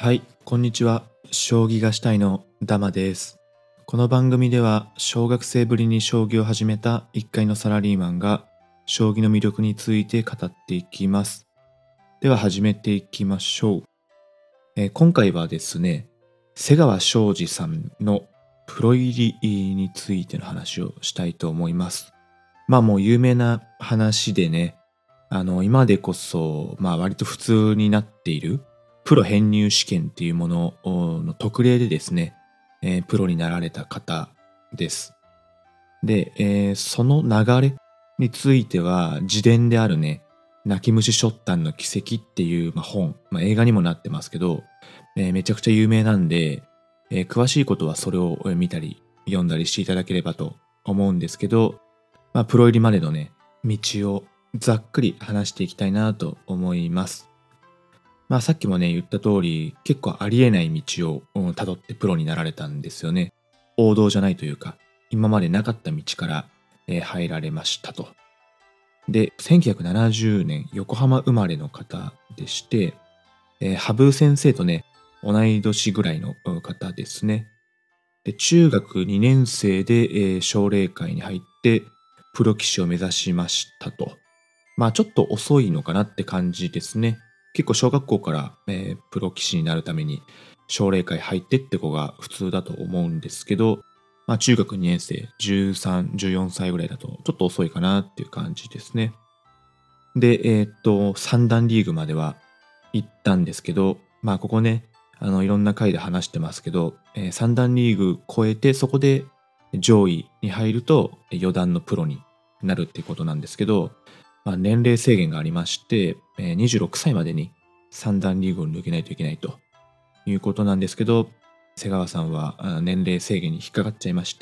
はい、こんにちは。将棋がしたいのダマです。この番組では小学生ぶりに将棋を始めた一階のサラリーマンが将棋の魅力について語っていきます。では始めていきましょう。今回はですね、瀬川昌司さんのプロ入りについての話をしたいと思います。もう有名な話でね、今でこそ割と普通になっているプロ編入試験っていうものの特例でですね、プロになられた方です。で、その流れについては自伝であるね、泣き虫ショッタンの奇跡っていう、本、映画にもなってますけど、めちゃくちゃ有名なんで、詳しいことはそれを見たり読んだりしていただければと思うんですけど、プロ入りまでのね、道をざっくり話していきたいなと思います。さっきもね、言った通り、結構ありえない道を辿ってプロになられたんですよね。王道じゃないというか、今までなかった道から、入られましたと。で、1970年、横浜生まれの方でして、羽生先生とね、同い年ぐらいの方ですね。で、中学2年生で、奨励会に入って、プロ棋士を目指しましたと。ちょっと遅いのかなって感じですね。結構小学校から、プロ棋士になるために奨励会入ってって子が普通だと思うんですけど、中学2年生、13、14歳ぐらいだとちょっと遅いかなっていう感じですね。で、三段リーグまでは行ったんですけど、ここね、いろんな回で話してますけど、三段リーグ超えてそこで上位に入ると四段のプロになるっていうことなんですけど、年齢制限がありまして、26歳までに三段リーグを抜けないといけないということなんですけど、瀬川さんは年齢制限に引っかかっちゃいまして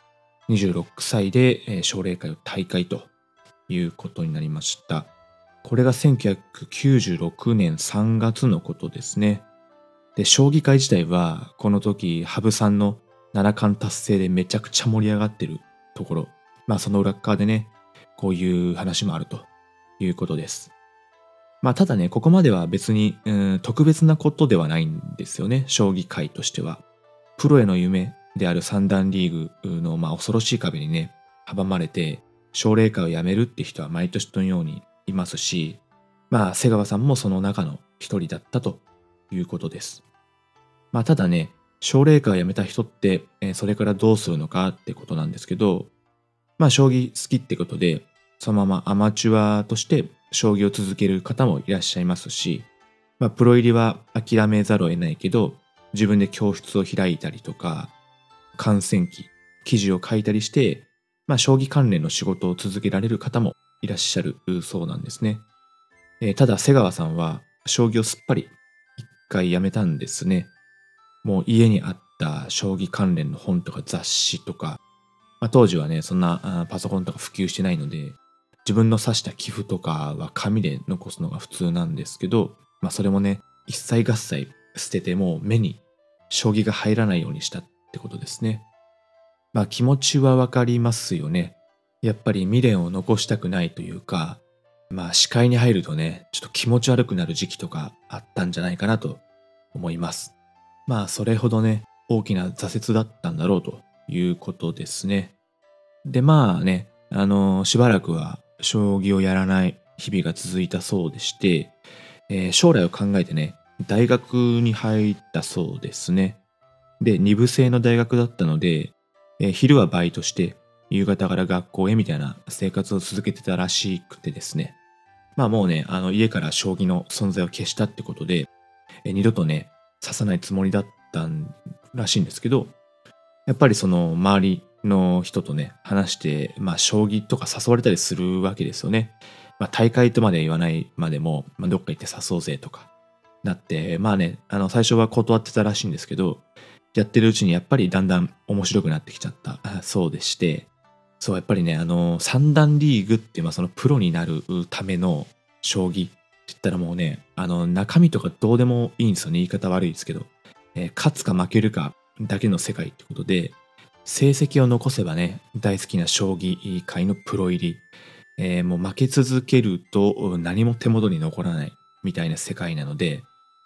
、26歳で奨励会を退会ということになりました。これが1996年3月のことですね。で、将棋界自体はこの時羽生さんの七冠達成でめちゃくちゃ盛り上がってるところ、その裏っ側でね、こういう話もあるということです。ただね、ここまでは別に特別なことではないんですよね、将棋界としては。プロへの夢である三段リーグの恐ろしい壁にね、阻まれて、奨励会を辞めるって人は毎年のようにいますし、瀬川さんもその中の一人だったということです。ただね、奨励会を辞めた人って、それからどうするのかってことなんですけど、将棋好きってことで、そのままアマチュアとして将棋を続ける方もいらっしゃいますし、プロ入りは諦めざるを得ないけど、自分で教室を開いたりとか、観戦記事を書いたりして、将棋関連の仕事を続けられる方もいらっしゃるそうなんですね。ただ瀬川さんは将棋をすっぱり一回やめたんですね。もう家にあった将棋関連の本とか雑誌とか、当時はね、そんなパソコンとか普及してないので、自分の指した棋譜とかは紙で残すのが普通なんですけど、それもね、一切合切捨ててもう目に将棋が入らないようにしたってことですね。気持ちはわかりますよね。やっぱり未練を残したくないというか、視界に入るとね、ちょっと気持ち悪くなる時期とかあったんじゃないかなと思います。それほどね、大きな挫折だったんだろうということですね。で、しばらくは将棋をやらない日々が続いたそうでして、将来を考えてね、大学に入ったそうですね。で、二部制の大学だったので、昼はバイトして、夕方から学校へみたいな生活を続けてたらしくてですね。もうね、家から将棋の存在を消したってことで、二度とね、指さないつもりだったらしいんですけど、やっぱりその周りの人とね、話して、将棋とか誘われたりするわけですよね。大会とまで言わないまでも、どっか行って誘おうぜとか、なって、最初は断ってたらしいんですけど、やってるうちにやっぱりだんだん面白くなってきちゃったそうでして、そう、やっぱりね、三段リーグっていう、そのプロになるための将棋って言ったらもうね、中身とかどうでもいいんですよね。言い方悪いですけど。勝つか負けるかだけの世界ってことで、成績を残せばね、大好きな将棋界のプロ入り、もう負け続けると何も手元に残らないみたいな世界なので、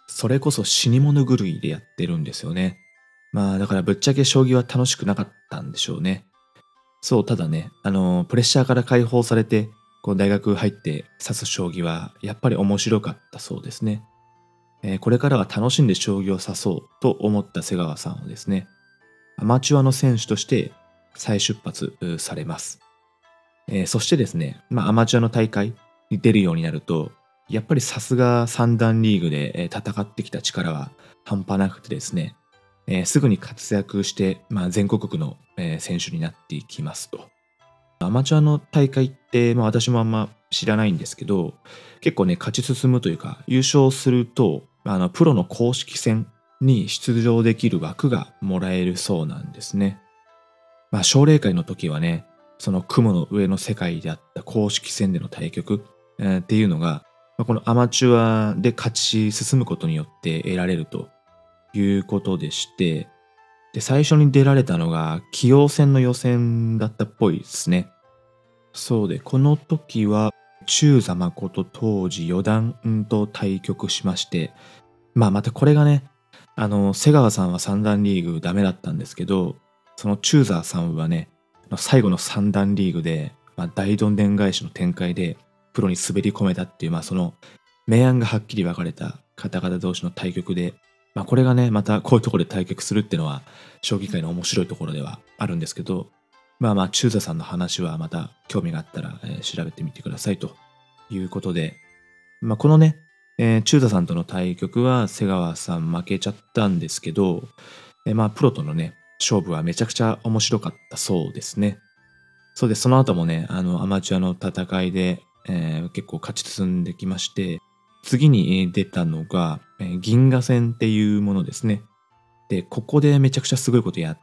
それこそ死に物狂いでやってるんですよね。だからぶっちゃけ将棋は楽しくなかったんでしょうね。そう、ただね、プレッシャーから解放されて、大学入って指す将棋はやっぱり面白かったそうですね。これからは楽しんで将棋を指そうと思った瀬川さんはですね、アマチュアの選手として再出発されます。そしてですね、アマチュアの大会に出るようになると、やっぱりさすが三段リーグで戦ってきた力は半端なくてですね、すぐに活躍して、全国区の選手になっていきますと。アマチュアの大会って、私もあんま知らないんですけど、結構ね、勝ち進むというか、優勝すると、プロの公式戦に出場できる枠がもらえるそうなんですね。奨励会の時はね、その雲の上の世界であった公式戦での対局、っていうのが、このアマチュアで勝ち進むことによって得られるということでして、で、最初に出られたのが棋王戦の予選だったっぽいですね。そうで、この時は中座誠当時四段と対局しまして、またこれがね、瀬川さんは三段リーグダメだったんですけど、その中座さんはね、最後の三段リーグで、大どんでん返しの展開でプロに滑り込めたっていう、その明暗がはっきり分かれた方々同士の対局で、これがね、またこういうところで対局するっていうのは、将棋界の面白いところではあるんですけど、中座さんの話はまた興味があったら、調べてみてくださいということで、このね、中座さんとの対局は瀬川さん負けちゃったんですけど、プロとのね、勝負はめちゃくちゃ面白かったそうですね。そうで、その後もね、アマチュアの戦いで、結構勝ち進んできまして、次に出たのが、銀河戦っていうものですね。で、ここでめちゃくちゃすごいことやって、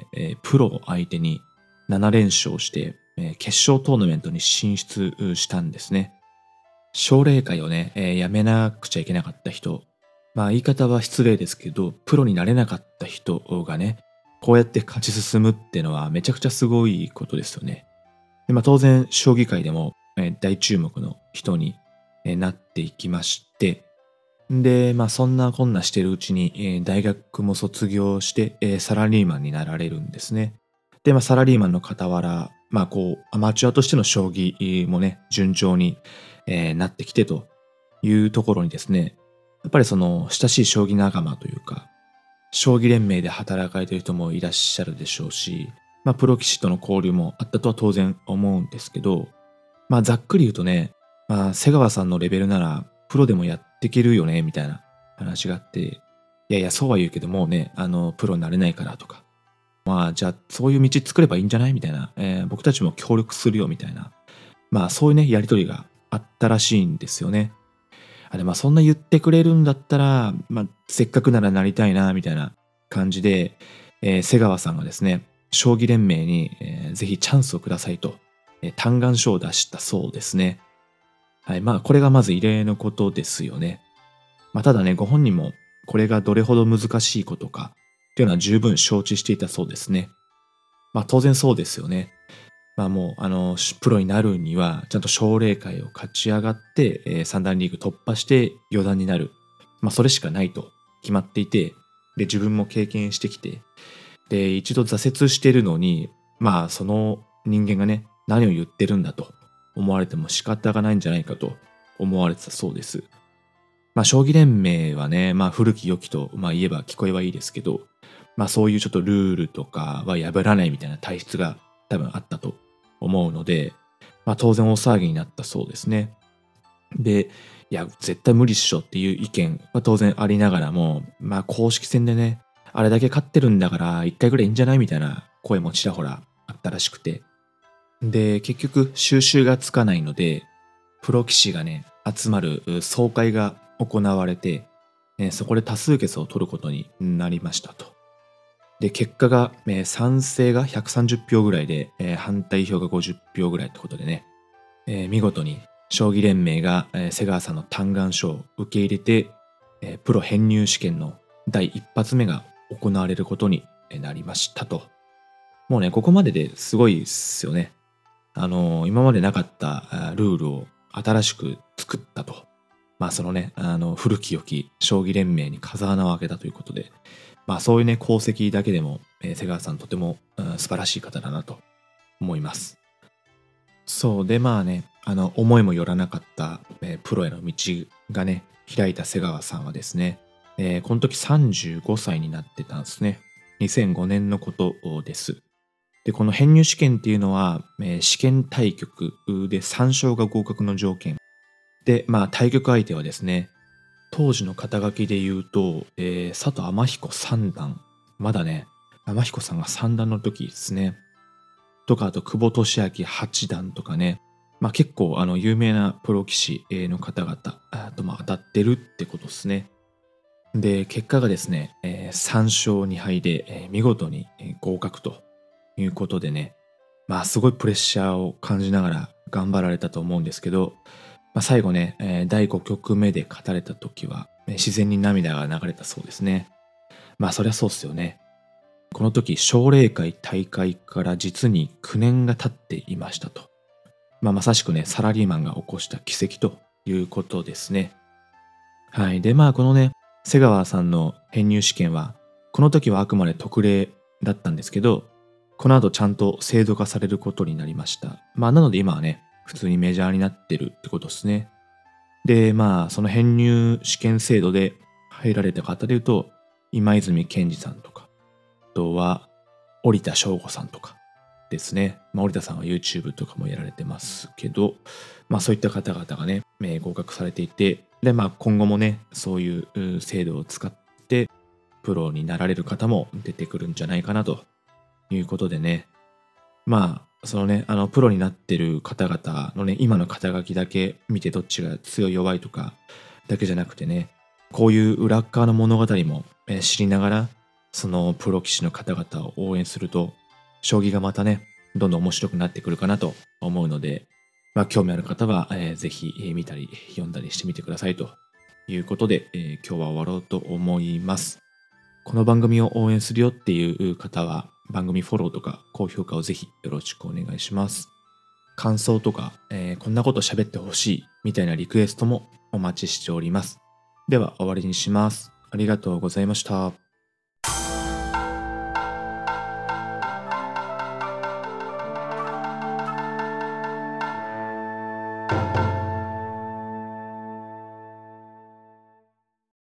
プロを相手に7連勝して、決勝トーナメントに進出したんですね。奨励会をね、辞めなくちゃいけなかった人、言い方は失礼ですけど、プロになれなかった人がね、こうやって勝ち進むってのはめちゃくちゃすごいことですよね。で、当然、将棋界でも、大注目の人に、なっていきまして、で、そんなこんなしてるうちに、大学も卒業して、サラリーマンになられるんですね。で、サラリーマンの傍ら、アマチュアとしての将棋もね、順調に、なってきてというところにですね、やっぱりその、親しい将棋仲間というか、将棋連盟で働かれている人もいらっしゃるでしょうし、プロ棋士との交流もあったとは当然思うんですけど、ざっくり言うとね、瀬川さんのレベルなら、プロでもやっていけるよね、みたいな話があって、いやいや、そうは言うけどもうね、プロになれないからとか、じゃあ、そういう道作ればいいんじゃないみたいな、僕たちも協力するよ、みたいな、そういうね、やりとりがあったらしいんですよね。で、そんな言ってくれるんだったら、せっかくならなりたいな、みたいな感じで、瀬川さんがですね、将棋連盟に、ぜひチャンスをくださいと、嘆願書を出したそうですね。はい、これがまず異例のことですよね。ただね、ご本人もこれがどれほど難しいことかっていうのは十分承知していたそうですね。当然そうですよね。もうプロになるにはちゃんと奨励会を勝ち上がって、三段リーグ突破して四段になる。それしかないと決まっていて、で、自分も経験してきて、で、一度挫折してるのに、その人間がね、何を言ってるんだと思われても仕方がないんじゃないかと思われてたそうです。将棋連盟はね、古き良きと、言えば聞こえはいいですけど、そういうちょっとルールとかは破らないみたいな体質が多分あったと思うので、当然大騒ぎになったそうですね。で、いや、絶対無理っしょっていう意見は当然ありながらも、公式戦でね、あれだけ勝ってるんだから一回ぐらいいいんじゃないみたいな声もちらほらあったらしくて。で、結局収拾がつかないので、プロ棋士がね、集まる総会が行われて、そこで多数決を取ることになりましたと。で、結果が、賛成が130票ぐらいで、反対票が50票ぐらいってことでね、見事に将棋連盟が、瀬川さんの嘆願書を受け入れて、プロ編入試験の第一発目が行われることになりましたと。もうね、ここまでですごいっすよね。今までなかったルールを新しく作ったと。 そのね、古き良き将棋連盟に風穴を開けたということで、そういうね、功績だけでも、瀬川さんとても、素晴らしい方だなと思います。そうで、思いもよらなかった、プロへの道がね、開いた瀬川さんはですね、この時35歳になってたんですね。2005年のことです。で、この編入試験っていうのは、試験対局で3勝が合格の条件。で、対局相手はですね、当時の肩書きで言うと、佐藤天彦三段。まだね、天彦さんが三段の時ですね。とか、あと久保利明八段とかね。結構有名なプロ棋士の方々と当たってるってことですね。で、結果がですね、3勝2敗で、見事に合格ということでね、すごいプレッシャーを感じながら頑張られたと思うんですけど、最後ね、第5局目で勝たれた時は、自然に涙が流れたそうですね。そりゃそうっすよね。この時、奨励会大会から実に9年が経っていましたと。まさしくね、サラリーマンが起こした奇跡ということですね。はい。で、このね、瀬川さんの編入試験は、この時はあくまで特例だったんですけど、この後ちゃんと制度化されることになりました。なので今はね、普通にメジャーになってるってことですね。で、その編入試験制度で入られた方で言うと、今泉健二さんとか、あとは織田翔吾さんとかですね。織田さんは YouTube とかもやられてますけど、そういった方々がね、合格されていて、で、今後もね、そういう制度を使ってプロになられる方も出てくるんじゃないかなということでね、そのね、プロになってる方々のね、今の肩書きだけ見てどっちが強い弱いとかだけじゃなくてね、こういう裏っ側の物語も知りながら、そのプロ棋士の方々を応援すると、将棋がまたね、どんどん面白くなってくるかなと思うので、興味ある方は、ぜひ、見たり読んだりしてみてくださいということで、今日は終わろうと思います。この番組を応援するよっていう方は番組フォローとか高評価をぜひよろしくお願いします。感想とか、こんなこと喋ってほしいみたいなリクエストもお待ちしております。では終わりにします。ありがとうございました。